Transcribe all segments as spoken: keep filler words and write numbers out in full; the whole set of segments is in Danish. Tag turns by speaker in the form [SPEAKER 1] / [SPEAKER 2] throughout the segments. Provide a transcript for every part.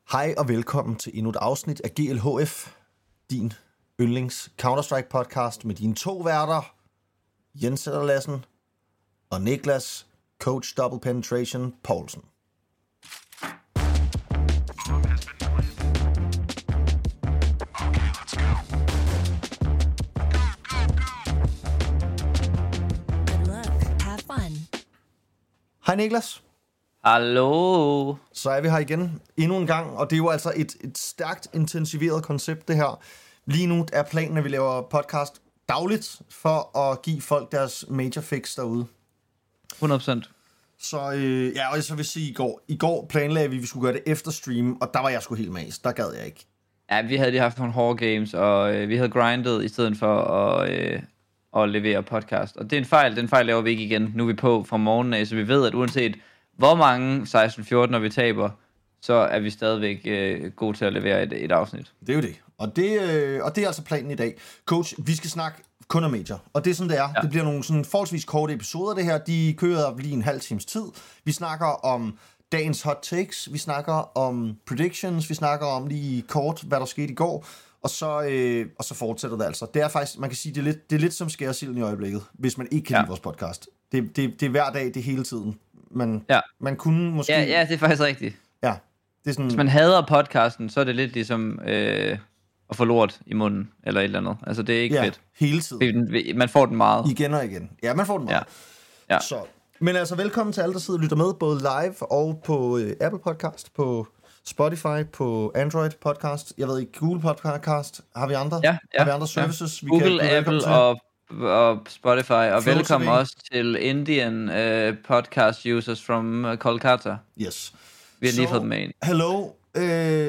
[SPEAKER 1] Hej og velkommen til endnu et afsnit af G L H F, din yndlings Counter-Strike podcast med dine to værter, Jens Lassen og Niklas, Coach Double Penetration Poulsen. Hej Niklas.
[SPEAKER 2] Hallo.
[SPEAKER 1] Så er vi her igen endnu en gang, og det er jo altså et, et stærkt intensiveret koncept det her. Lige nu er planen, at vi laver podcast dagligt for at give folk deres major fix derude.
[SPEAKER 2] hundrede procent.
[SPEAKER 1] Så øh, ja, og så vil jeg sige, i går, i går planlagde vi, at vi skulle gøre det efter stream, og der var jeg sgu helt mas. Der gad jeg ikke.
[SPEAKER 2] Ja, vi havde lige haft nogle hårde games, og øh, vi havde grindet i stedet for at, øh, at levere podcast. Og det er en fejl, den fejl laver vi ikke igen. Nu er vi på fra morgenen af, så vi ved, at uanset hvor mange seksten fjorten, når vi taber, så er vi stadigvæk øh, gode til at levere et, et afsnit.
[SPEAKER 1] Det er jo det. Og det, øh, og det er altså planen i dag. Coach, vi skal snakke kun om major. Og det er sådan, det er. Ja. Det bliver nogle sådan forholdsvis korte episoder, det her. De kører lige en halv times tid. Vi snakker om dagens hot takes. Vi snakker om predictions. Vi snakker om lige kort, hvad der skete i går. Og så, øh, og så fortsætter det altså. Det er faktisk, man kan sige, det er lidt, det er lidt som skærsilden i øjeblikket, hvis man ikke kan ja. lide vores podcast. Det, det, det er hver dag, det er hele tiden. Man,
[SPEAKER 2] ja.
[SPEAKER 1] man kunne måske...
[SPEAKER 2] Ja, ja, det er faktisk rigtigt.
[SPEAKER 1] Ja, det er sådan...
[SPEAKER 2] Hvis man hader podcasten, så er det lidt ligesom øh, at få lort i munden, eller et eller andet. Altså, det er ikke
[SPEAKER 1] ja,
[SPEAKER 2] fedt.
[SPEAKER 1] hele tiden.
[SPEAKER 2] Man får den meget.
[SPEAKER 1] Igen og igen. Ja, man får den meget.
[SPEAKER 2] Ja. Ja.
[SPEAKER 1] Så. Men altså, velkommen til alle, der sidder og lytter med, både live og på øh, Apple Podcast, på Spotify, på Android Podcast, jeg ved ikke, Google Podcast. Har vi andre?
[SPEAKER 2] Ja, ja.
[SPEAKER 1] Har vi andre services?
[SPEAKER 2] Ja.
[SPEAKER 1] Vi
[SPEAKER 2] Google,
[SPEAKER 1] kan
[SPEAKER 2] Apple og... og Spotify, og
[SPEAKER 1] Flow
[SPEAKER 2] velkommen
[SPEAKER 1] T V.
[SPEAKER 2] også til Indian uh, podcast users from uh, Kolkata.
[SPEAKER 1] Yes.
[SPEAKER 2] Vi har lige
[SPEAKER 1] so,
[SPEAKER 2] fået dem med ind.
[SPEAKER 1] Hello, uh,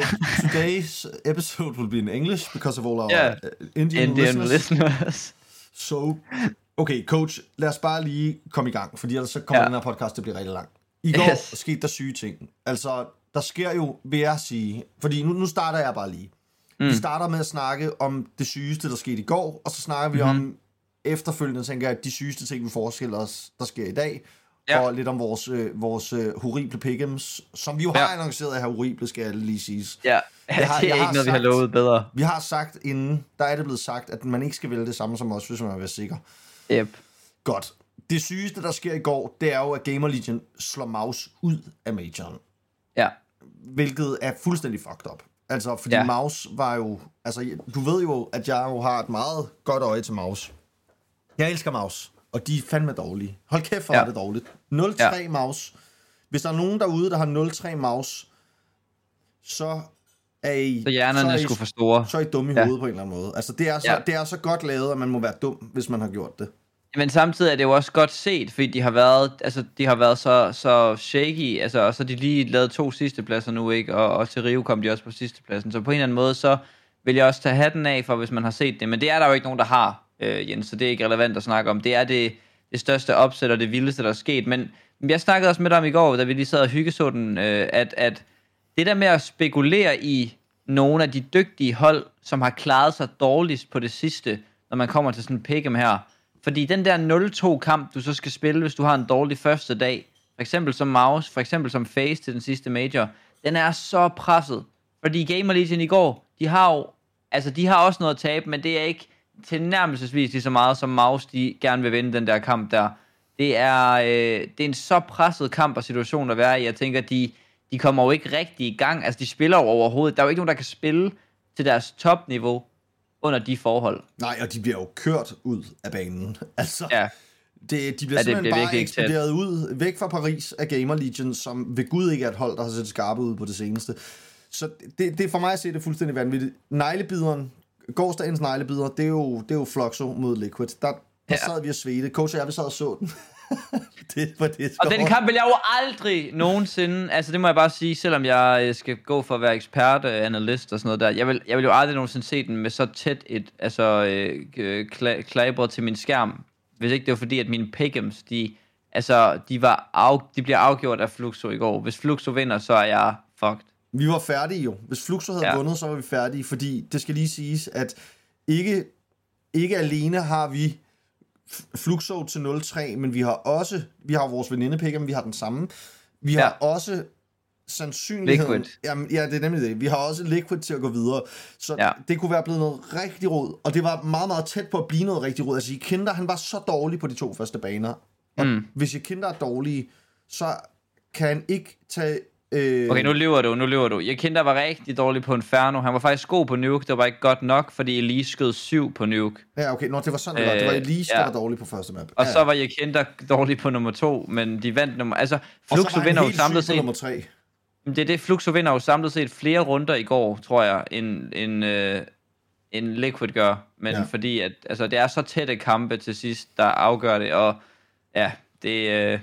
[SPEAKER 1] today's episode will be in English because of all our
[SPEAKER 2] yeah.
[SPEAKER 1] uh, Indian,
[SPEAKER 2] Indian
[SPEAKER 1] listeners.
[SPEAKER 2] listeners.
[SPEAKER 1] So, okay, coach, lad os bare lige komme i gang, fordi ellers så kommer yeah. den her podcast til at blive rigtig lang. I går yes. skete der syge ting. Altså, der sker jo, vil jeg sige, fordi nu, nu starter jeg bare lige. Mm. Vi starter med at snakke om det sygeste, der skete i går, og så snakker vi mm-hmm. om efterfølgende, tænker jeg, at de sygeste ting, vi forestiller os, der sker i dag, ja. og lidt om vores, øh, vores øh, horrible pick'ems, som vi jo ja. har annonceret at have horrible, skal jeg lige siges.
[SPEAKER 2] Ja, jeg har, det er ikke noget, sagt, vi har lovet bedre.
[SPEAKER 1] Vi har sagt inden, der er det blevet sagt, at man ikke skal vælge det samme som os, hvis man vil være sikker.
[SPEAKER 2] Yep.
[SPEAKER 1] Godt. Det sygeste, der sker i går, det er jo, at Gamer Legion slår Mouse ud af majoren.
[SPEAKER 2] Ja.
[SPEAKER 1] Hvilket er fuldstændig fucked up. Altså, fordi ja. Mouse var jo... Altså, du ved jo, at jeg jo har et meget godt øje til Mouse. Jeg elsker Mouse, og de er fandme dårlige. Hold kæft, for ja. det dårligt. nul tre ja. Mouse. Hvis der er nogen derude, der har nul tre Mouse, så er I...
[SPEAKER 2] Så hjernerne
[SPEAKER 1] så I,
[SPEAKER 2] skulle for store.
[SPEAKER 1] Så er I dumme i
[SPEAKER 2] ja.
[SPEAKER 1] hovedet på en eller anden måde. Altså, det er, så, ja. det er så godt lavet, at man må være dum, hvis man har gjort det.
[SPEAKER 2] Men samtidig er det jo også godt set, fordi de har været, altså, de har været så, så shaky, altså, og så har de lige lavet to sidste pladser nu, ikke? Og, og til Rio kom de også på sidste pladsen. Så på en eller anden måde, så vil jeg også tage hatten af for, hvis man har set det. Men det er der jo ikke nogen, der har, øh, Jens, så det er ikke relevant at snakke om. Det er det, det største opsæt og det vildeste, der er sket. Men jeg snakkede også med dig om i går, da vi lige sad og hyggeså den, øh, at, at det der med at spekulere i nogle af de dygtige hold, som har klaret sig dårligst på det sidste, når man kommer til sådan en pick'em her. Fordi den der nul to kamp, du så skal spille, hvis du har en dårlig første dag, for eksempel som Mouse, for eksempel som Face til den sidste major, den er så presset. Fordi Gamer Legion i går, de har jo, altså de har også noget at tabe, men det er ikke tilnærmelsesvis lige så meget som Mouse, de gerne vil vinde den der kamp der. Det er, øh, det er en så presset kamp og situation at være i. Jeg tænker, de, de kommer jo ikke rigtig i gang. Altså de spiller jo overhovedet. Der er jo ikke nogen, der kan spille til deres topniveau under de forhold.
[SPEAKER 1] Nej, og de bliver jo kørt ud af banen. Altså,
[SPEAKER 2] ja.
[SPEAKER 1] det, de bliver ja, simpelthen bliver bare eksploderet ud, væk fra Paris af Gamer Legion, som ved Gud ikke er et hold, der har set skarpe ud på det seneste. Så det, det for mig at se det fuldstændig vanvittigt. Neglebideren, gårsdagens neglebider, det er jo, det er jo Fluxo mod Liquid. Der, der ja. sad vi og svedte. Coach og jeg, vi sad og så den. det var det.
[SPEAKER 2] Og den kamp vil jeg jo aldrig nogensinde, altså det må jeg bare sige, selvom jeg skal gå for at være ekspert, analyst og sådan noget der, jeg vil, jeg vil jo aldrig nogensinde se den med så tæt et, altså øh, kla- klabre til min skærm, hvis ikke det var fordi, at mine pick'ems, de, altså, de, var af, de bliver afgjort af Fluxo i går. Hvis Fluxo vinder, så er jeg fucked.
[SPEAKER 1] Vi var færdige jo. Hvis Fluxo havde ja. vundet, så var vi færdige, fordi det skal lige siges, at ikke, ikke alene har vi Fluxo til nul tre, men vi har også, vi har vores veninde picker, men vi har den samme. Vi har ja. også sandsynligheden...
[SPEAKER 2] Liquid.
[SPEAKER 1] Jamen, ja, det er nemlig det. Vi har også Liquid til at gå videre. Så ja. det kunne være blevet noget rigtig rod. Og det var meget, meget tæt på at blive noget rigtig rod. Altså, Kinder, han var så dårlig på de to første baner. Og mm. hvis Kinder er dårlig, så kan han ikke tage... Øh...
[SPEAKER 2] Okay, nu lever du, nu lever du. Kinder var rigtig dårlig på Inferno. Han var faktisk god på Nuke. Det var ikke godt nok, fordi Elise skød syv på Nuke.
[SPEAKER 1] Ja, okay. Nå, det var sådan, det var. Det var Elise, øh, ja. der var dårlig på første map.
[SPEAKER 2] Og
[SPEAKER 1] ja.
[SPEAKER 2] så var Kinder dårlig på nummer to, men de vandt nummer... Altså, Fluxo vinder jo samlet set...
[SPEAKER 1] nummer tre.
[SPEAKER 2] Det er det, Fluxo vinder jo samlet set flere runder i går, tror jeg, end, end, øh, end Liquid gør. Men ja. fordi, at altså, det er så tætte kampe til sidst, der afgør det, og ja, det... Øh,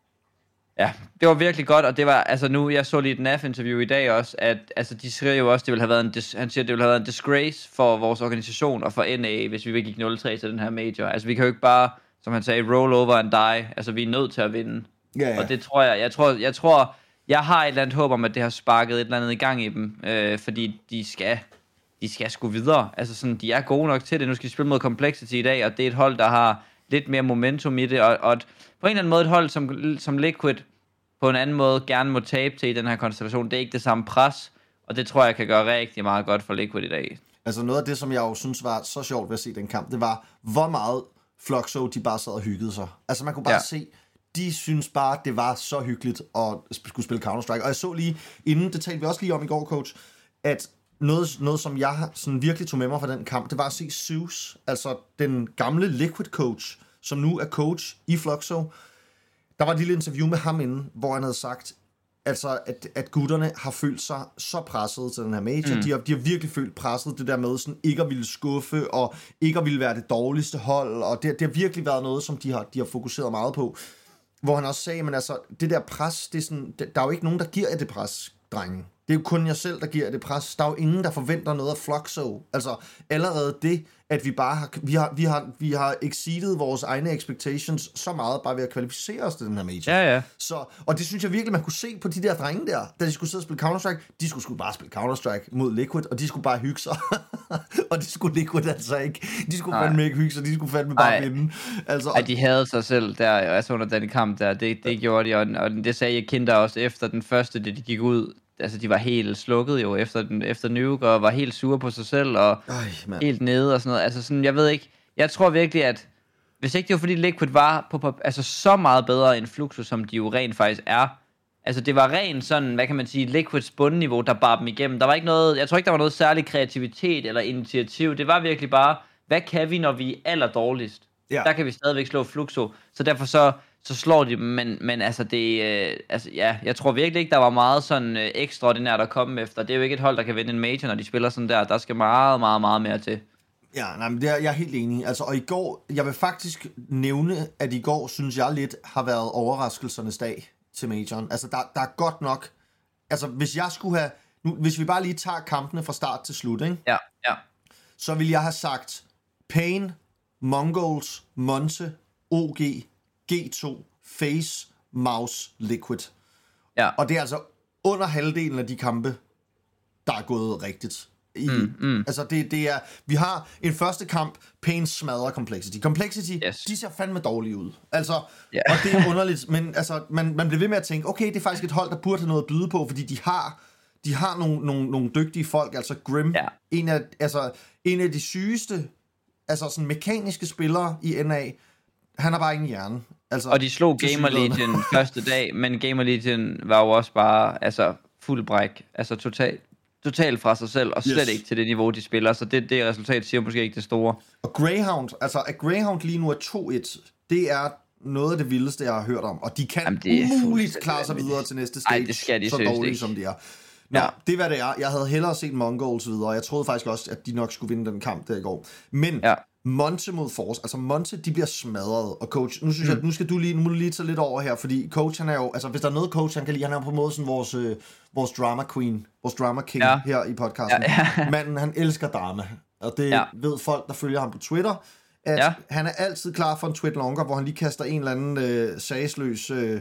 [SPEAKER 2] Ja, det var virkelig godt, og det var, altså nu, jeg så lige et N A F-interview i dag også, at altså, de skriver jo også, det ville have været en, dis, han siger, det ville have været en disgrace for vores organisation og for N A, hvis vi gik nul tre til den her major. Altså, vi kan jo ikke bare, som han sagde, roll over and die. Altså, vi er nødt til at vinde.
[SPEAKER 1] Ja, ja.
[SPEAKER 2] Og det tror jeg, jeg tror, jeg tror, jeg har et eller andet håb om, at det har sparket et eller andet i gang i dem, øh, fordi de skal, de skal sgu videre. Altså, sådan, de er gode nok til det. Nu skal de spille mod Complexity i dag, og det er et hold, der har lidt mere momentum i det, og, og et, på en eller anden måde et hold, som, som Liquid på en anden måde gerne må tabe til i den her konstellation. Det er ikke det samme pres, og det tror jeg kan gøre rigtig meget godt for Liquid i dag.
[SPEAKER 1] Altså noget af det, som jeg jo synes var så sjovt ved at se den kamp, det var, hvor meget Fluxo de bare sad og hyggede sig. Altså man kunne bare ja. se, de synes bare, det var så hyggeligt at skulle spille Counter-Strike. Og jeg så lige, inden, det talte vi også lige om i går, coach, at noget, noget som jeg sådan virkelig tog med mig fra den kamp, det var at se Zeus, altså den gamle Liquid coach, som nu er coach i Fluxo. Der var et lille interview med ham inden, hvor han havde sagt, altså, at, at gutterne har følt sig så presset til den her major. Mm. De, har, de har virkelig følt presset, det der med sådan ikke at ville skuffe, og ikke at ville være det dårligste hold, og det, det har virkelig været noget, som de har, de har fokuseret meget på. Hvor han også sagde, men altså, det der pres, det er sådan, der er jo ikke nogen, der giver jer det pres, drengen. Det er jo kun jeg selv, der giver det pres. Der er jo ingen, der forventer noget af Fluxo. Altså, allerede det, at vi bare har, vi har, vi har, vi har exceeded vores egne expectations så meget, bare ved at kvalificere os til den her major.
[SPEAKER 2] Ja, ja.
[SPEAKER 1] Så, og det synes jeg virkelig, man kunne se på de der drenge der, da de skulle sidde og spille Counter-Strike. De skulle sgu bare spille Counter-Strike mod Liquid, og de skulle bare hygge sig. Og det skulle Liquid altså ikke. De skulle fandme ikke hygge sig, de skulle fandme bare Ej. vinde. Altså, og... Ej,
[SPEAKER 2] de havde sig selv der, altså under den kamp der, det, det gjorde de, og, og det sagde jeg Kinder også efter den første, det de gik ud. Altså, de var helt slukket jo efter, den, efter Nuke, og var helt sure på sig selv, og Øj, helt nede og sådan noget. Altså, sådan, jeg ved ikke, jeg tror virkelig, at hvis ikke det var fordi Liquid var på, på, altså, så meget bedre end Fluxo, som de jo rent faktisk er. Altså, det var rent sådan, hvad kan man sige, Liquids bundniveau, der bar dem igennem. Der var ikke noget, jeg tror ikke, der var noget særlig kreativitet eller initiativ. Det var virkelig bare, hvad kan vi, når vi er allerdårligst? Ja. Der kan vi stadigvæk slå Fluxo. Så derfor så... så slår de dem, men, men altså det, øh, altså ja, jeg tror virkelig ikke, der var meget sådan øh, ekstraordinært at komme efter. Det er jo ikke et hold, der kan vinde en major, når de spiller sådan der. Der skal meget, meget, meget mere til.
[SPEAKER 1] Ja, nej, men det er, jeg er helt enig. Altså, og i går, jeg vil faktisk nævne, at i går, synes jeg lidt, har været overraskelsernes dag til majoren. Altså, der, der er godt nok, altså hvis jeg skulle have, nu, hvis vi bare lige tager kampene fra start til slut, ikke?
[SPEAKER 2] Ja, ja.
[SPEAKER 1] Så vil jeg have sagt Pain, Mongols, Monte, O G, G to, FaZe, Mouse, Liquid.
[SPEAKER 2] Ja.
[SPEAKER 1] Og det er altså under halvdelen af de kampe, der er gået rigtigt. I, mm, mm. Altså det, det er, vi har en første kamp, Pain smadrer Complexity. Complexity, yes. De ser fandme dårlige ud. Altså, yeah. Og det er underligt, men altså, man, man bliver ved med at tænke, okay, det er faktisk et hold, der burde have noget at byde på, fordi de har, de har nogle, nogle, nogle dygtige folk, altså Grim, yeah. en, af, altså, en af de sygeste, altså sådan mekaniske spillere i N A, han har bare ingen hjerne. Altså,
[SPEAKER 2] og de slog Gamer Legion første dag, men Gamer Legion var jo også bare altså fuld bræk, altså totalt totalt fra sig selv, og slet yes. ikke til det niveau, de spiller, så det, det resultat siger måske ikke det store.
[SPEAKER 1] Og Greyhound, altså at Greyhound lige nu er to et, det er noget af det vildeste, jeg har hørt om, og de kan Jamen, umuligt klare sig videre til næste stage, Ej, det skal de så dårlige ikke. Som de er. Nå, ja. Det er hvad det er. Jeg havde hellere set Mongols videre, og jeg troede faktisk også, at de nok skulle vinde den kamp der i går. Men ja. Monte mod Force, altså Monte, de bliver smadret, og coach, nu synes mm. jeg, nu skal du lige, nu må du lige tage lidt over her, fordi coach, han er jo, altså hvis der er noget coach, han kan lide, han er på en måde sådan vores, øh, vores drama queen, vores drama king ja. Her i podcasten. Ja, ja. Manden, han elsker drama, og det ja. Ved folk, der følger ham på Twitter, at ja. Han er altid klar for en tweet longer, hvor han lige kaster en eller anden øh, sagsløs øh,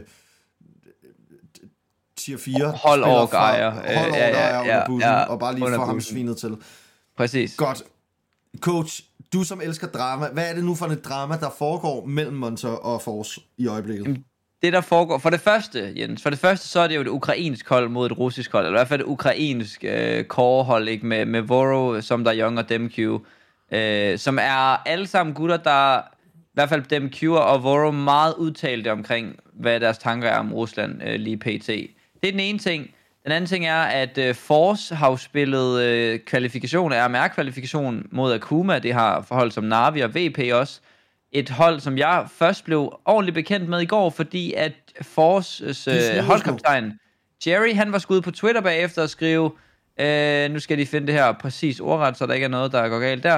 [SPEAKER 1] tier fire
[SPEAKER 2] hold over Geir,
[SPEAKER 1] hold over Geir ja, ja, under bussen, ja, og bare lige få ham svinet til.
[SPEAKER 2] Præcis.
[SPEAKER 1] Godt. Coach, du som elsker drama, hvad er det nu for et drama, der foregår mellem Monte og Force i øjeblikket?
[SPEAKER 2] det der foregår, for det første, Jens, for det første, så er det jo et ukrainsk hold mod et russisk hold, eller i hvert fald et ukrainsk øh, core-hold, ikke, med, med Voro, som der Young og DemQ, øh, som er alle sammen gutter, der, i hvert fald DemQ og Voro, meget udtalte omkring, hvad deres tanker er om Rusland øh, lige pt. Det er den ene ting. Den anden ting er, at øh, Force har jo spillet øh, kvalifikation, R M R-kvalifikation mod Akuma, det har forhold som Na'Vi og V P også, et hold, som jeg først blev ordentligt bekendt med i går, fordi at Forces øh, holdkaptajn, Jerry, han var skudt på Twitter bagefter og skrive, øh, nu skal de finde det her præcis ordret, så der ikke er noget, der går galt der.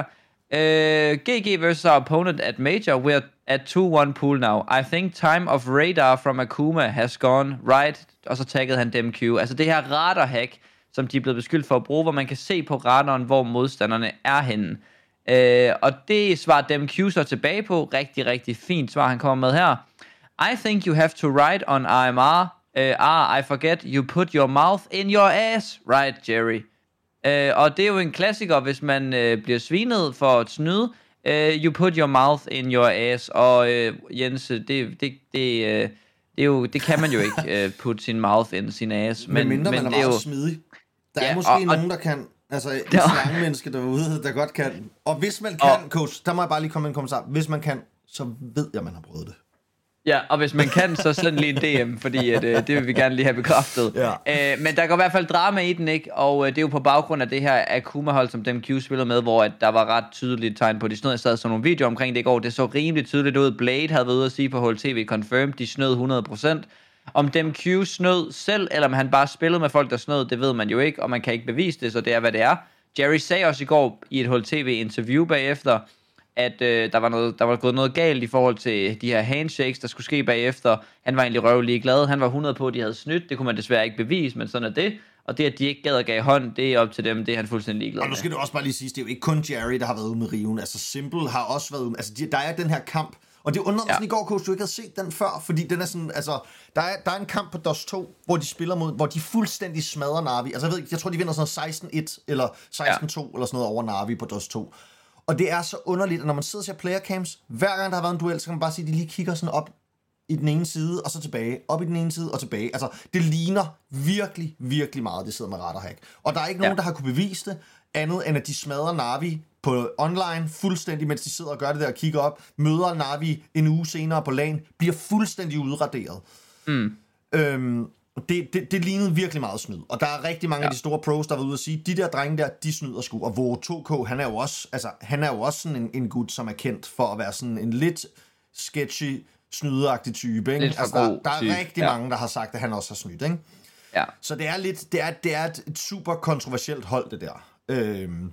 [SPEAKER 2] Øh, G G versus our opponent at Major, we're at two one pool now. I think time of radar from Akuma has gone right. Og så taggede han DemQ. Altså det her radar-hack, som de er blevet beskyldt for at bruge, hvor man kan se på radaren, hvor modstanderne er henne. Uh, og det svarer DemQ så tilbage på. Rigtig, rigtig fint svar, han kommer med her. I think you have to write on R M R. Uh, ah, I forget, you put your mouth in your ass. Right, Jerry. Uh, og det er jo en klassiker, hvis man uh, bliver svinet for at snyde. Uh, you put your mouth in your ass. Og uh, Jens, det, det, det, uh, det, er jo, det kan man jo ikke uh, put sin mouth in sin ass.
[SPEAKER 1] Men, men mindre
[SPEAKER 2] men
[SPEAKER 1] man er
[SPEAKER 2] det
[SPEAKER 1] meget
[SPEAKER 2] jo
[SPEAKER 1] smidig. Der er
[SPEAKER 2] ja,
[SPEAKER 1] måske
[SPEAKER 2] og,
[SPEAKER 1] nogen,
[SPEAKER 2] og,
[SPEAKER 1] der kan... Altså, et slange menneske derude, der godt kan. Og hvis man kan, og, coach, der må jeg bare lige komme med en kommentar. Hvis man kan, så ved jeg, man har prøvet det.
[SPEAKER 2] Ja, og hvis man kan, så send lige en D M, fordi at, øh, det vil vi gerne lige have bekræftet. Ja. Øh, men der går i hvert fald drama i den, ikke? Og øh, det er jo på baggrund af det her Akuma-hold, som DemQ spillede med, hvor at der var ret tydeligt tegn på, de snød. Jeg sad så nogle videoer omkring det i går. Det så rimelig tydeligt ud. Blade havde været ude at sige på H L T V Confirmed, de snød hundrede procent. Om DemQ snød selv, eller om han bare spillede med folk, der snød, det ved man jo ikke, og man kan ikke bevise det, så det er, hvad det er. Jerry sagde også i går i et H L T V-interview bagefter, at øh, der, var noget, der var gået noget galt i forhold til de her handshakes, der skulle ske bagefter. Han var egentlig røvlig glad. Han var hundrede på, at de havde snydt. Det kunne man desværre ikke bevise, men sådan er det. Og det, at de ikke gad at gav hånd, det er op til dem. Det er han fuldstændig ligeglad med.
[SPEAKER 1] Og nu skal det også bare lige sige, det er jo ikke kun Jerry, der har været ude med riven. Altså Simple har også været ude. Altså de, der er den her kamp. Og det undrede mig ja. sådan i går, coach, du ikke havde set den før, fordi den er sådan, altså, der er, der er en kamp på DOS to, hvor de spiller mod, hvor de fuldstændig smadrer Na'Vi. Altså jeg ved ikke, jeg tror, de vinder sådan noget seksten et, eller seksten to, ja. eller sådan noget over Na'Vi på DOS to. Og det er så underligt, at når man sidder og ser playercams, hver gang der har været en duel, så kan man bare sige, at de lige kigger sådan op i den ene side, og så tilbage, op i den ene side, og tilbage. Altså, det ligner virkelig, virkelig meget, det sidder med radarhack. Og der er ikke nogen, ja. der har kunne bevise det, andet end at de smadrer Na'Vi på online, fuldstændig, mens de sidder og gør det der og kigger op, møder Na'Vi en uge senere på LAN, bliver fuldstændig udraderet. Mm. Øhm, det, det, det lignede virkelig meget snyd. Og der er rigtig mange ja. af de store pros, der var ude at sige, de der drenge der, de snyder sgu. Og Voro to K, han er jo også, altså, han er jo også sådan en, en gut, som er kendt for at være sådan en lidt sketchy, snydeagtig type. Ikke? Altså, der, der er type. rigtig ja. mange, der har sagt, at han også har snydt. Ikke? Ja. Så det er lidt, det er, det er et, et super kontroversielt hold, det der. Øhm,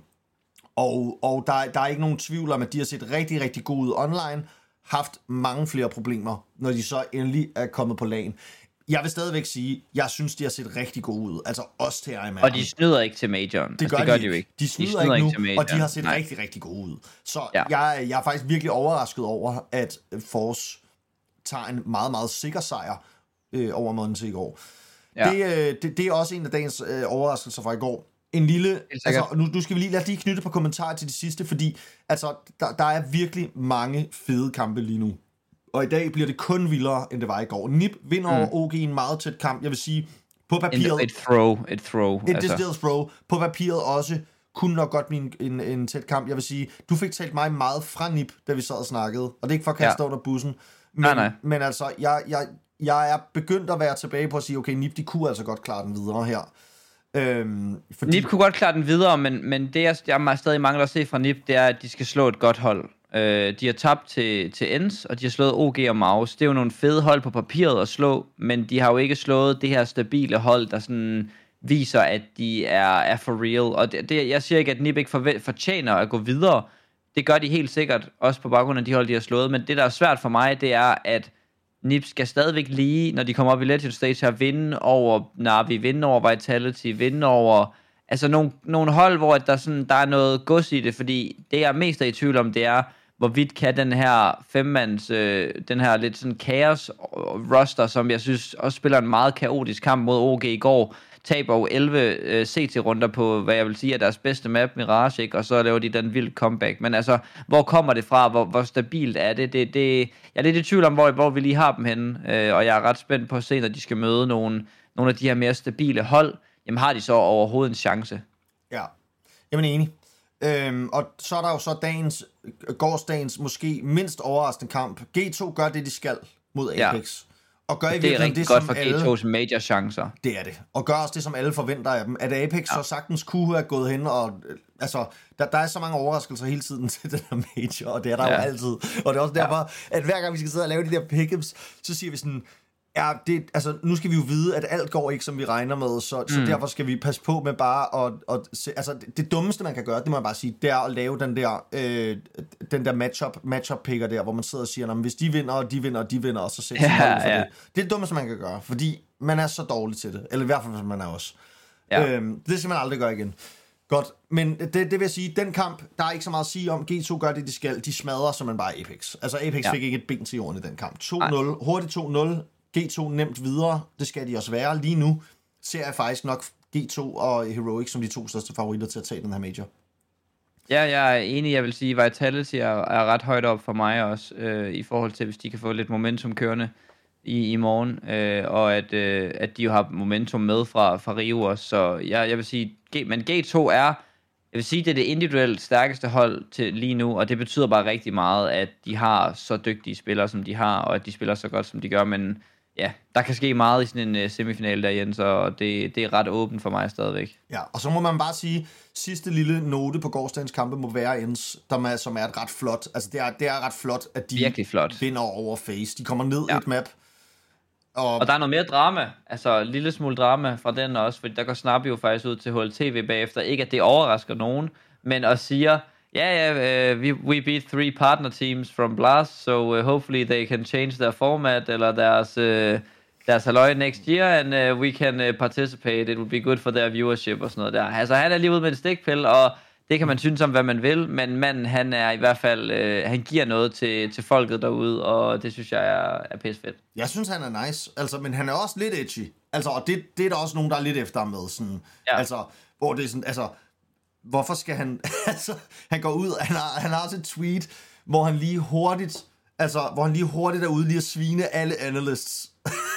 [SPEAKER 1] Og, og der, der er ikke nogen tvivl om, at de har set rigtig, rigtig gode ud online, haft mange flere problemer, når de så endelig er kommet på LAN. Jeg vil stadigvæk sige, jeg synes, de har set rigtig gode ud. Altså også til R M R.
[SPEAKER 2] Og de snyder ikke til majoren. Det, altså,
[SPEAKER 1] gør,
[SPEAKER 2] det gør
[SPEAKER 1] de
[SPEAKER 2] jo ikke.
[SPEAKER 1] De snyder, de snyder ikke nu, ikke til og de har set Nej. rigtig, rigtig gode ud. Så ja. jeg, jeg er faktisk virkelig overrasket over, at Force tager en meget, meget sikker sejr øh, over Monte i går. Ja. Det, øh, det, det er også en af dagens øh, overraskelser fra i går. En lille, altså, nu, nu skal vi lige, lad os lige knytte på kommentarer til det sidste, fordi altså, der, der er virkelig mange fede kampe lige nu. Og i dag bliver det kun vildere, end det var i går. Nip vinder mm. over O G i en meget tæt kamp. Jeg vil sige, på papiret...
[SPEAKER 2] Et throw, et throw.
[SPEAKER 1] Et altså. decideret throw. På papiret også kunne nok godt blive en, en, en tæt kamp. Jeg vil sige, du fik talt mig meget fra Nip, da vi sad og snakkede. Og det er ikke for at kaste ja. under bussen. Men, nej, nej. men altså, jeg, jeg, jeg er begyndt at være tilbage på at sige, okay, Nip, de kunne altså godt klare den videre her. Øhm, fordi... Nip
[SPEAKER 2] kunne godt klare den videre, men, men det jeg, jeg stadig mangler at se fra Nip, det er, at de skal slå et godt hold. Øh, de har tabt til, til Ens, og de har slået O G og Maus. Det er jo nogle fede hold på papiret at slå, men de har jo ikke slået det her stabile hold, der sådan viser, at de er, er for real. Og det, det, jeg siger ikke, at Nip ikke forve- fortjener at gå videre. Det gør de helt sikkert, også på baggrund af de hold, de har slået. Men det, der er svært for mig, det er, at Nip skal stadigvæk lige, når de kommer op i Legend Stage her, vinde over Na'Vi, vinde over Vitality, vinde over... Altså nogle, nogle hold, hvor der, sådan, der er noget gods i det, fordi det jeg er mest er i tvivl om, det er, hvorvidt kan den her femmands, øh, den her lidt sådan kaos roster, som jeg synes også spiller en meget kaotisk kamp mod O G i går, taber jo elleve øh, C T-runder på, hvad jeg vil sige er deres bedste map, Mirage, ikke? Og så laver de den vild comeback. Men altså, hvor kommer det fra? Hvor, hvor stabilt er det? det, det jeg er lidt i tvivl om, hvor, hvor vi lige har dem henne, øh, og jeg er ret spændt på at se, når de skal møde nogle, nogle af de her mere stabile hold. Jamen har de så overhovedet en chance?
[SPEAKER 1] Ja, jamen enig. Øhm, og så er der jo så dagens, gårsdagens måske mindst overraskende kamp. G to gør det, de skal mod Apex. Ja. Og gør i
[SPEAKER 2] det er rigtig
[SPEAKER 1] det,
[SPEAKER 2] godt
[SPEAKER 1] som
[SPEAKER 2] for
[SPEAKER 1] alle,
[SPEAKER 2] G to's major chancer.
[SPEAKER 1] Det er det. Og gør også det, som alle forventer af dem. At Apex ja. så sagtens kunne have gået hen, og altså, der, der er så mange overraskelser hele tiden til den her major, og det er der ja. jo altid. Og det er også derfor, ja. at hver gang vi skal sidde og lave de der pickups, så siger vi sådan, ja, det, altså, nu skal vi jo vide, at alt går ikke, som vi regner med, så, mm. så derfor skal vi passe på med bare at, at se, altså, det, det dummeste, man kan gøre, det må jeg bare sige, det er at lave den der, øh, den der matchup, matchup-picker der, hvor man sidder og siger, hvis de vinder, og de vinder, og de vinder, og så sætter ja, man for ja. det. Det er det dummeste, man kan gøre, fordi man er så dårlig til det, eller i hvert fald, man er også. Ja. Øhm, det skal man aldrig gøre igen. Godt, men det, det vil jeg sige, den kamp, der er ikke så meget at sige om. G to gør det, de skal. De smadrer som man bare Apex. Altså, Apex ja. fik ikke et ben til jorden i den kamp. to nul, hurtigt to nul. G to nemt videre, det skal de også være. Lige nu ser jeg faktisk nok G to og Heroic som de to største favoritter til at tage den her major.
[SPEAKER 2] Ja, jeg er enig. Jeg vil sige, Vitality er, er ret højt op for mig også, øh, i forhold til, hvis de kan få lidt momentum kørende i, i morgen, øh, og at, øh, at de jo har momentum med fra, fra Rio også. Så jeg, jeg vil sige, G, men G to er, jeg vil sige, det er det individuelt stærkeste hold til lige nu, og det betyder bare rigtig meget, at de har så dygtige spillere, som de har, og at de spiller så godt, som de gør, men ja, der kan ske meget i sådan en uh, semifinal der, Jens, og det, det er ret åbent for mig stadigvæk.
[SPEAKER 1] Ja, og så må man bare sige, sidste lille note på gårsdagens kampe må være Ens, som er, som er et ret flot, altså det er, det er ret flot, at de
[SPEAKER 2] virkelig flot.
[SPEAKER 1] vinder over Face. De kommer ned ja. et map.
[SPEAKER 2] Og... og der er noget mere drama, altså en lille smule drama fra den også, fordi der går Snappy jo faktisk ud til H L T V bagefter, ikke at det overrasker nogen, men at siger, ja, ja, uh, we, we beat three partner teams from Blast, so uh, hopefully they can change their format, eller deres, uh, deres halløj next year, and uh, we can uh, participate, it would be good for their viewership, og sådan noget der. Altså, han er lige ude med et stikpille, og det kan man synes om, hvad man vil, men manden, han er i hvert fald, uh, han giver noget til, til folket derude, og det synes jeg er, er pisse fedt.
[SPEAKER 1] Jeg synes, han er nice, altså, men han er også lidt edgy, altså, og det, det er der også nogen, der er lidt efter ham med, sådan, ja. altså, hvor det er sådan, altså, hvorfor skal han, altså, han går ud, han har, han har også et tweet, hvor han lige hurtigt, altså, hvor han lige hurtigt er ude lige at svine alle analysts.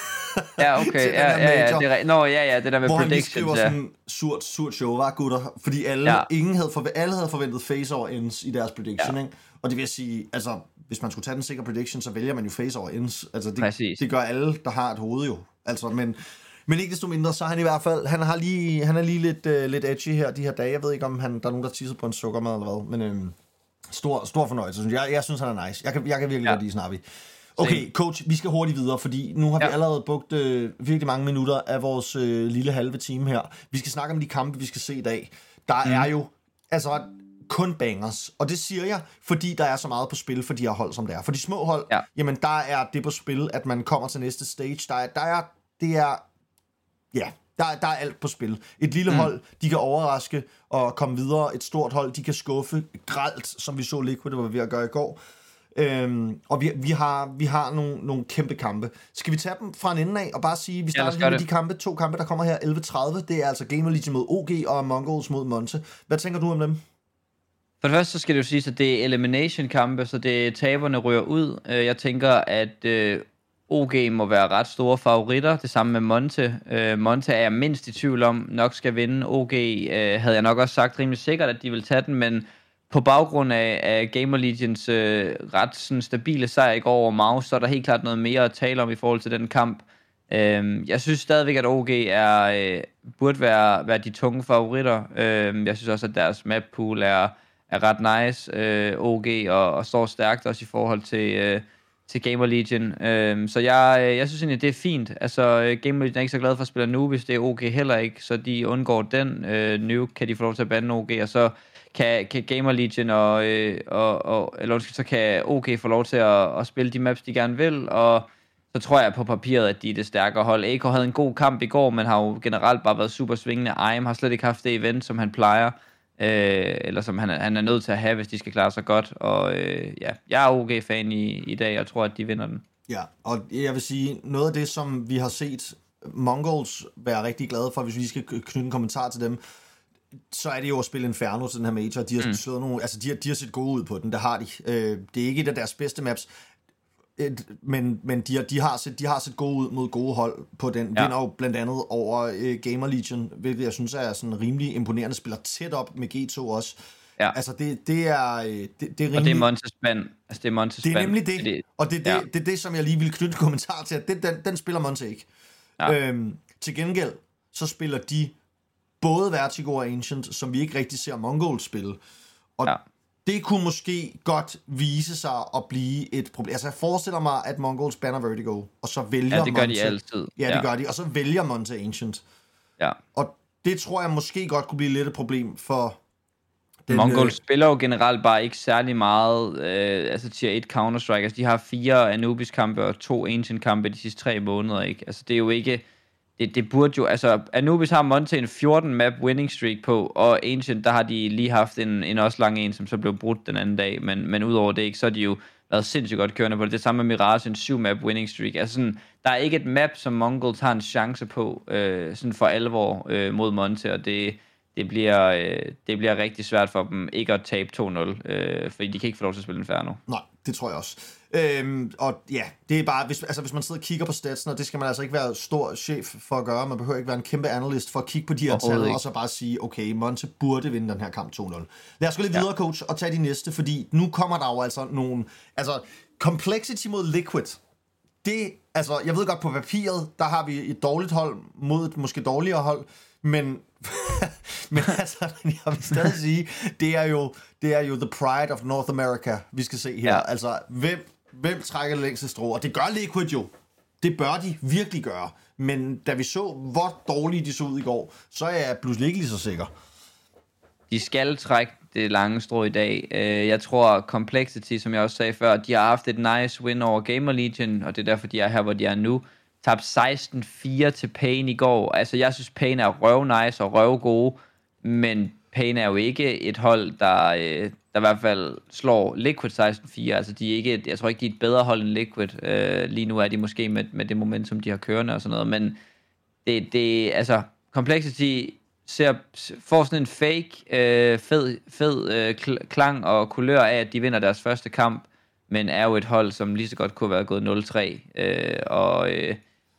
[SPEAKER 2] Ja, okay, ja, ja, ja, det er, nå, ja, ja, det der med
[SPEAKER 1] hvor
[SPEAKER 2] predictions,
[SPEAKER 1] hvor han lige skriver sådan surt, surt show, var gutter, fordi alle, ja. ingen havde, forve- alle havde forventet face over ends i deres prediction, ja. ikke? Og det vil jeg sige, altså, hvis man skulle tage den sikre prediction, så vælger man jo face over ends, altså, det, det gør alle, der har et hoved jo, altså, men... Men ikke desto mindre, så er han i hvert fald, han har lige, han er lige lidt, uh, lidt edgy her, de her dage. Jeg ved ikke, om han, der er nogen, der tisser på en sukkermad eller hvad, men øhm, stor, stor fornøjelse. Jeg, jeg synes, han er nice. Jeg kan, jeg kan virkelig ja. godt lide Snappy. Okay, coach, vi skal hurtigt videre, fordi nu har ja. vi allerede brugt øh, virkelig mange minutter af vores øh, lille halve time her. Vi skal snakke om de kampe, vi skal se i dag. Der mm. er jo, altså... kun bangers. Og det siger jeg, fordi der er så meget på spil for de her hold, som der er. For de små hold, ja. jamen der er det på spil, at man kommer til næste stage. Der er, der er det er, ja, der, der er alt på spil. Et lille mm. hold, de kan overraske og komme videre. Et stort hold, de kan skuffe gralt, som vi så Liquid, det var vi ved at gøre i går. Øhm, og vi, vi har, vi har nogle, nogle kæmpe kampe. Skal vi tage dem fra en ende af og bare sige, vi starter ja, med de kampe, to kampe, der kommer her elleve tredive. Det er altså Gamer Legion mod O G og Mongols mod Monte. Hvad tænker du om dem?
[SPEAKER 2] For det første så skal det jo sige, at det er elimination-kampe, så det taberne ryger ud. Jeg tænker, at øh, O G må være ret store favoritter. Det samme med Monte. Øh, Monte er jeg mindst i tvivl om, nok skal vinde. O G øh, havde jeg nok også sagt rimelig sikkert, at de vil tage den, men på baggrund af, af Gamer Legions øh, ret sådan, stabile sejr i går over Maus, så er der helt klart noget mere at tale om i forhold til den kamp. Øh, jeg synes stadigvæk, at O G er, øh, burde være, være de tunge favoritter. Øh, jeg synes også, at deres map pool er er ret nice, øh, O G, og, og står stærkt også i forhold til, øh, til Gamer Legion. Øh, så jeg, jeg synes egentlig, det er fint. Altså, Gamer Legion er ikke så glad for at spille Anubis, det er O G heller ikke, så de undgår den. Øh, nu kan de få lov til at bande O G, og så kan, kan Gamer Legion og, øh, og, og eller undskyld, så kan O G få lov til at, at spille de maps, de gerne vil, og så tror jeg på papiret, at de er det stærkere hold. A K havde en god kamp i går, men har jo generelt bare været super svingende. Aim har slet ikke haft det event, som han plejer. Øh, eller som han er, han er nødt til at have, hvis de skal klare sig godt. Og øh, ja, jeg er O G-fan i, i dag, og tror, at de vinder den.
[SPEAKER 1] Ja, og jeg vil sige, noget af det, som vi har set Mongols være rigtig glade for, hvis vi skal knytte en kommentar til dem, så er det jo at spille Inferno til den her major. De har mm. slået nogle, altså de har, de har set gode ud på den, det har de. Øh, det er ikke et af deres bedste maps, et, men, men de, har, de, har set, de har set gode ud mod gode hold på den. Ja. Vinder jo blandt andet over øh, Gamer Legion, hvilket jeg synes er sådan rimelig imponerende. Spiller tæt op med G to også. Ja. Altså det, det er det, det er rimelig...
[SPEAKER 2] Og det er Montes Band. Altså det er Montes
[SPEAKER 1] Det er
[SPEAKER 2] Band.
[SPEAKER 1] nemlig det. det og det er det, ja. det, det, som jeg lige vil knytte en kommentar til, at det, den, den spiller Monte ikke. Ja. Øhm, til gengæld, så spiller de både Vertigo og Ancient, som vi ikke rigtig ser Mongols spille. Og ja. det kunne måske godt vise sig at blive et problem. Altså jeg forestiller mig, at Mongols banner Vertigo, og så vælger
[SPEAKER 2] Ja, det gør
[SPEAKER 1] Monte,
[SPEAKER 2] de altid.
[SPEAKER 1] Ja, det ja. gør de. Og så vælger Monte Ancient.
[SPEAKER 2] Ja.
[SPEAKER 1] Og det tror jeg måske godt kunne blive lidt et problem for...
[SPEAKER 2] Den, Mongols øh... spiller jo generelt bare ikke særlig meget, øh, altså tier et Counter-Strike. Altså de har fire Anubis-kampe og to Ancient-kampe de sidste tre måneder, ikke? Altså det er jo ikke... Det, det burde jo... Altså Anubis har Monte en fjorten map winning streak på, og Ancient, der har de lige haft en, en også lang en, som så blev brudt den anden dag. Men, men udover det, ikke, så har de jo været sindssygt godt kørende på det. Det samme med Mirage, en syv map winning streak. Altså sådan, der er ikke et map, som Mongols har en chance på, øh, sådan for alvor øh, mod Monte, og det... Det bliver, øh, det bliver rigtig svært for dem ikke at tabe to nul, øh, fordi de kan ikke få lov til at spille Inferno.
[SPEAKER 1] Nej, det tror jeg også. Øhm, og ja, det er bare, hvis, altså, hvis man sidder og kigger på statsen, og det skal man altså ikke være stor chef for at gøre, man behøver ikke være en kæmpe analyst for at kigge på de her tal, og så bare sige, okay, Monte burde vinde den her kamp to nul. Lad os gå lidt ja. videre, coach, og tage de næste, fordi nu kommer der jo altså nogle, altså Complexity mod Liquid. Det, altså, jeg ved godt, på papiret, der har vi et dårligt hold mod et måske dårligere hold, men men altså, jeg vil stadig sige, det er jo det er jo the pride of North America, vi skal se her. Ja. Altså, hvem, hvem trækker det længste strå? Og det gør Liquid jo. Det bør de virkelig gøre. Men da vi så, hvor dårlige de så ud i går, så er jeg pludselig ikke lige så sikker.
[SPEAKER 2] De skal trække det lange strå i dag. Jeg tror, Complexity, som jeg også sagde før, de har haft et nice win over Gamer Legion, og det er derfor, de er her, hvor de er nu. Tabte seksten fire til Pain i går. Altså, jeg synes, Pain er røv nice og røv gode, men Pain er jo ikke et hold, der, øh, der i hvert fald slår Liquid seksten fire. Altså, de er ikke et, jeg tror ikke, de er et bedre hold end Liquid. Øh, lige nu er de måske med, med det momentum, de har kørende og sådan noget, men det, det altså, Complexity ser, får sådan en fake, øh, fed, fed øh, klang og kulør af, at de vinder deres første kamp, men er jo et hold, som lige så godt kunne have været gået nul tre, øh, og... Øh,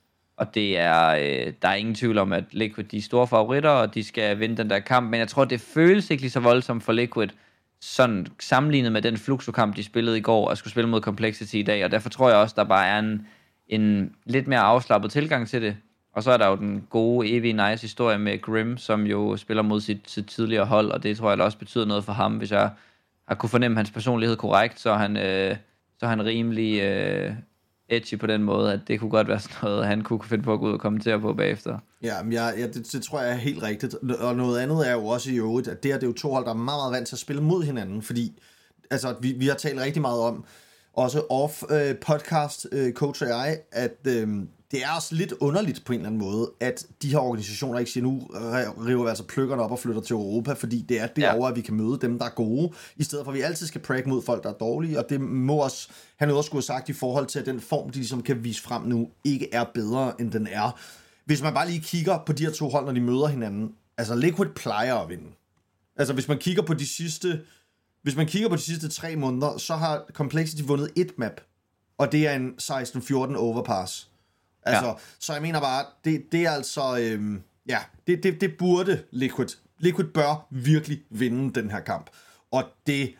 [SPEAKER 2] Og det er, øh, der er ingen tvivl om, at Liquid de er store favoritter, og de skal vinde den der kamp. Men jeg tror, det føles ikke lige så voldsomt for Liquid, sådan sammenlignet med den Fluxo-kamp, de spillede i går, og skulle spille mod Complexity i dag. Og derfor tror jeg også, der bare er en, en lidt mere afslappet tilgang til det. Og så er der jo den gode, evige nice historie med Grim, som jo spiller mod sit, sit tidligere hold, og det tror jeg da også betyder noget for ham. Hvis jeg har kunne fornemme hans personlighed korrekt, så er han, øh, så er han rimelig... Øh, edgy på den måde, at det kunne godt være sådan noget, han kunne finde på at gå ud og kommentere på bagefter.
[SPEAKER 1] Ja, men jeg, ja det, det tror jeg er helt rigtigt. Og noget andet er jo også i øvrigt, at det her det er jo to hold, der er meget, meget vant til at spille mod hinanden, fordi altså, vi, vi har talt rigtig meget om, også off øh, podcast, øh, coach og jeg, at øh, det er også lidt underligt på en eller anden måde, at de her organisationer ikke siger, nu river vi altså pløkkerne op og flytter til Europa, fordi det er derovre, ja. at vi kan møde dem, der er gode, i stedet for at vi altid skal prække mod folk, der er dårlige, og det må også, han noget også skulle have sagt i forhold til, at den form, de ligesom kan vise frem nu, ikke er bedre, end den er. Hvis man bare lige kigger på de her to hold, når de møder hinanden, altså Liquid plejer at vinde. Altså hvis man kigger på de sidste, hvis man kigger på de sidste tre måneder, så har Complexity vundet et map, og det er en seksten fjorten overpass. Altså, ja. Så jeg mener bare, det, det er altså, øhm, ja, det, det, det burde Liquid. Liquid bør virkelig vinde den her kamp. Og det,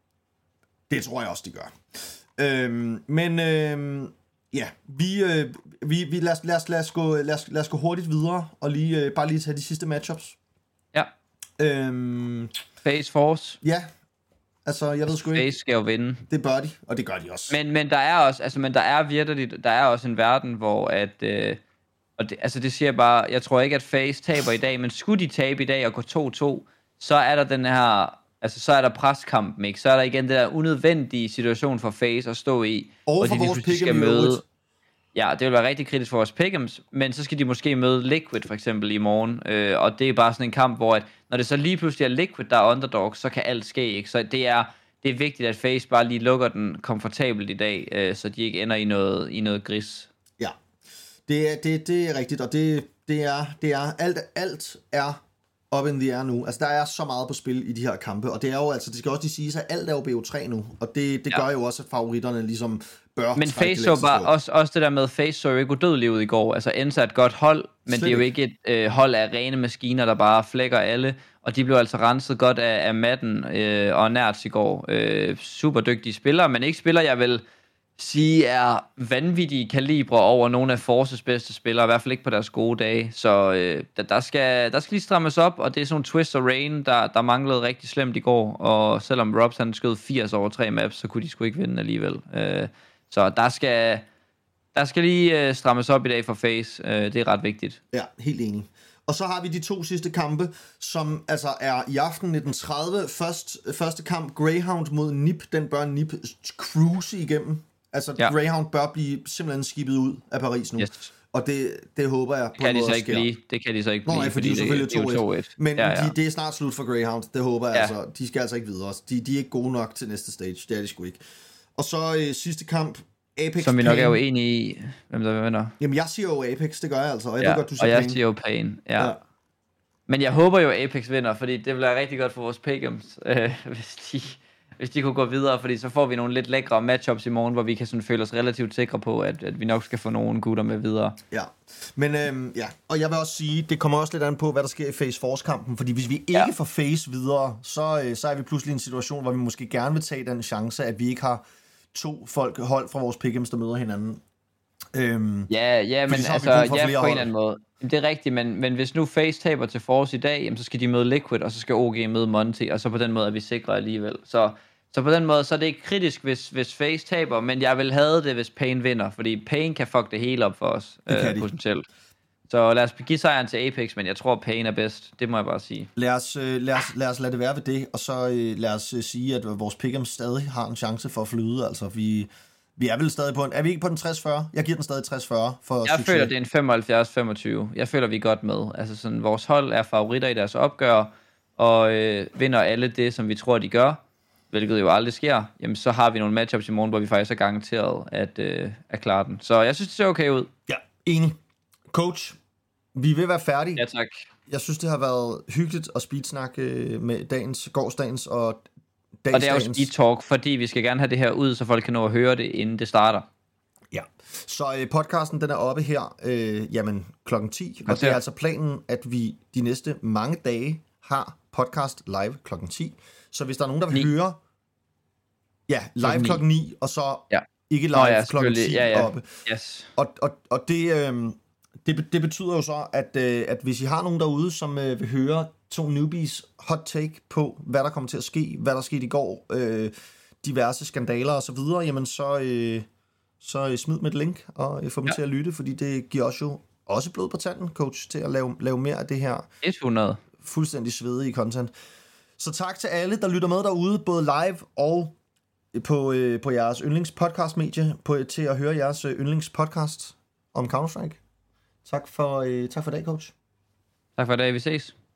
[SPEAKER 1] det tror jeg også, de gør. Øhm, men, øhm, ja, vi, øh, vi, vi lad, os, lad, os, lad, os gå, lad, os, lad os gå hurtigt videre, og lige, øh, bare lige tage de sidste matchups.
[SPEAKER 2] Ja.
[SPEAKER 1] Øhm,
[SPEAKER 2] Phase Force.
[SPEAKER 1] Ja. Altså, jeg ved sgu ikke.
[SPEAKER 2] Phase skal jo vinde.
[SPEAKER 1] Det bør de, og det gør de også.
[SPEAKER 2] Men, men der er også, altså, men der er virkelig, der er også en verden, hvor at, øh, og det, altså det siger bare, jeg tror ikke, at Phase taber i dag, men skulle de tabe i dag og gå to to, så er der den her, altså så er der preskampen, ikke? Så er der igen det der unødvendige situation for Phase at stå i,
[SPEAKER 1] og for
[SPEAKER 2] de
[SPEAKER 1] vores pick
[SPEAKER 2] skal møde. Ja, det vil være rigtig kritisk for vores pick'ems, men så skal de måske møde Liquid for eksempel i morgen, øh, og det er bare sådan en kamp, hvor at, når det så lige pludselig er Liquid, der er underdog, så kan alt ske, ikke? Så det er, det er vigtigt, at Phase bare lige lukker den komfortabelt i dag, øh, så de ikke ender i noget, i noget gris.
[SPEAKER 1] Ja, Det er, det, det er rigtigt, og det, det er, det er alt, alt er up in the air nu. Altså, der er så meget på spil i de her kampe, og det er jo altså, det skal også lige sige, at alt er jo B O tre nu, og det, det ja. gør jo også, at favoritterne ligesom bør.
[SPEAKER 2] Men Face så bare, også, også det der med, Face så jo ikke udødelig ud i går. Altså, Enza er et godt hold, men Slet det er jo ikke et øh, hold af rene maskiner, der bare flækker alle, og de blev altså renset godt af, af Madden øh, og Nerds i går. Øh, super dygtige spillere, men ikke spillere, jeg vil sige er vanvittige kalibre over nogle af Forces bedste spillere, i hvert fald ikke på deres gode dage. Så øh, der, der, skal, der skal lige strammes op, og det er sådan nogle twist og rain, der, der manglede rigtig slemt i går. Og selvom Robs han skød firs over tre maps, så kunne de sgu ikke vinde alligevel. Øh, så der skal, der skal lige øh, strammes op i dag for Face. Øh, det er ret vigtigt.
[SPEAKER 1] Ja, helt enig. Og så har vi de to sidste kampe, som altså er i aften nitten tredive. Først, første kamp, Greyhound mod N I P. Den bør N I P cruise igennem. Altså, ja. Greyhound bør blive simpelthen skibet ud af Paris nu. Yes. Og det, det håber jeg på
[SPEAKER 2] kan
[SPEAKER 1] en måde
[SPEAKER 2] de så ikke blive. Det kan de så ikke
[SPEAKER 1] blive,
[SPEAKER 2] Nå,
[SPEAKER 1] fordi, fordi det, selvfølgelig
[SPEAKER 2] det er to et.
[SPEAKER 1] Men
[SPEAKER 2] ja, ja.
[SPEAKER 1] De, det er snart slut for Greyhound. Det håber jeg ja. altså. De skal altså ikke videre. De, de er ikke gode nok til næste stage. Det er de sgu ikke. Og så øh, sidste kamp, Apex.
[SPEAKER 2] Som vi nok Pain. Er uenige i, hvem der vinder.
[SPEAKER 1] Jamen, jeg siger jo Apex, det gør jeg altså. Og jeg
[SPEAKER 2] ja,
[SPEAKER 1] ved godt, du siger
[SPEAKER 2] og jeg
[SPEAKER 1] Pain.
[SPEAKER 2] siger jo Pain, ja. ja. Men jeg håber jo, Apex vinder, fordi det bliver rigtig godt for vores pick'ems, øh, hvis de... hvis de kunne gå videre, fordi så får vi nogle lidt lækre matchups i morgen, hvor vi kan sådan føle os relativt sikre på, at, at vi nok skal få nogle gutter med videre. Ja,
[SPEAKER 1] men øhm, ja, og jeg vil også sige, det kommer også lidt an på, hvad der sker i Face-Force-kampen, fordi hvis vi ikke
[SPEAKER 2] ja.
[SPEAKER 1] får Face videre, så, øh, så er vi pludselig i en situation, hvor vi måske gerne vil tage den chance, at vi ikke har to folk hold fra vores pick'ems, der møder hinanden.
[SPEAKER 2] Øhm, ja, ja, men altså, ja, på en eller anden måde. Det er rigtigt, men, men hvis nu Face taber til Force i dag, jamen, så skal de møde Liquid, og så skal O G møde Monty, og så på den måde er vi sikre alligevel. Så Så på den måde, så er det ikke kritisk, hvis, hvis Face taber, men jeg vil have det, hvis Pain vinder, fordi Pain kan fuck det hele op for os, øh, potentielt. Så lad os give sejren til Apex, men jeg tror, Pain er bedst. Det må jeg bare sige.
[SPEAKER 1] Lad os, øh, lad os, lad os lade det være ved det, og så øh, lad os øh, sige, at vores pick'em stadig har en chance for at flyde. Altså, vi, vi er vel stadig på en... Er vi ikke på den tres fyrre? Jeg giver den stadig tres fyrre for
[SPEAKER 2] Jeg
[SPEAKER 1] succes.
[SPEAKER 2] føler, det er en femoghalvfjerds femogtyve. Jeg føler, vi er godt med. Altså, sådan, vores hold er favoritter i deres opgør, og øh, vinder alle det, som vi tror, de gør, hvilket jo aldrig sker, jamen så har vi nogle matchups i morgen, hvor vi faktisk er garanteret at, øh, at klare den. Så jeg synes, det ser okay ud.
[SPEAKER 1] Ja, enig. Coach, vi vil være færdige.
[SPEAKER 2] Ja, tak.
[SPEAKER 1] Jeg synes, det har været hyggeligt at speedsnakke med dagens, gårsdagens og dagens.
[SPEAKER 2] Og det er jo speed talk, fordi vi skal gerne have det her ud, så folk kan nå at høre det, inden det starter.
[SPEAKER 1] Ja, så øh, podcasten den er oppe her, øh, jamen klokken ti, og det er altså planen, at vi de næste mange dage har podcast live klokken ti. Så hvis der er nogen, der vil ni. høre, ja, live klokken ni, og så ja. ikke live oh, ja, klokken ti ja, ja. oppe.
[SPEAKER 2] Yes.
[SPEAKER 1] Og, og, og det, øh, det, det betyder jo så, at, øh, at hvis I har nogen derude, som øh, vil høre to newbies hot take på, hvad der kommer til at ske, hvad der skete i går, øh, diverse skandaler og så videre, jamen så, øh, så øh, smid med et link og øh, få dem ja. til at lytte, fordi det giver os jo også blod på tanden, coach, til at lave, lave mere af det her
[SPEAKER 2] hundrede
[SPEAKER 1] fuldstændig svedige content. Så tak til alle, der lytter med derude, både live og på, øh, på jeres yndlingspodcast-medie, på, til at høre jeres yndlingspodcast om Counter-Strike. Tak for, øh, tak for i dag, coach.
[SPEAKER 2] Tak for i dag, vi ses.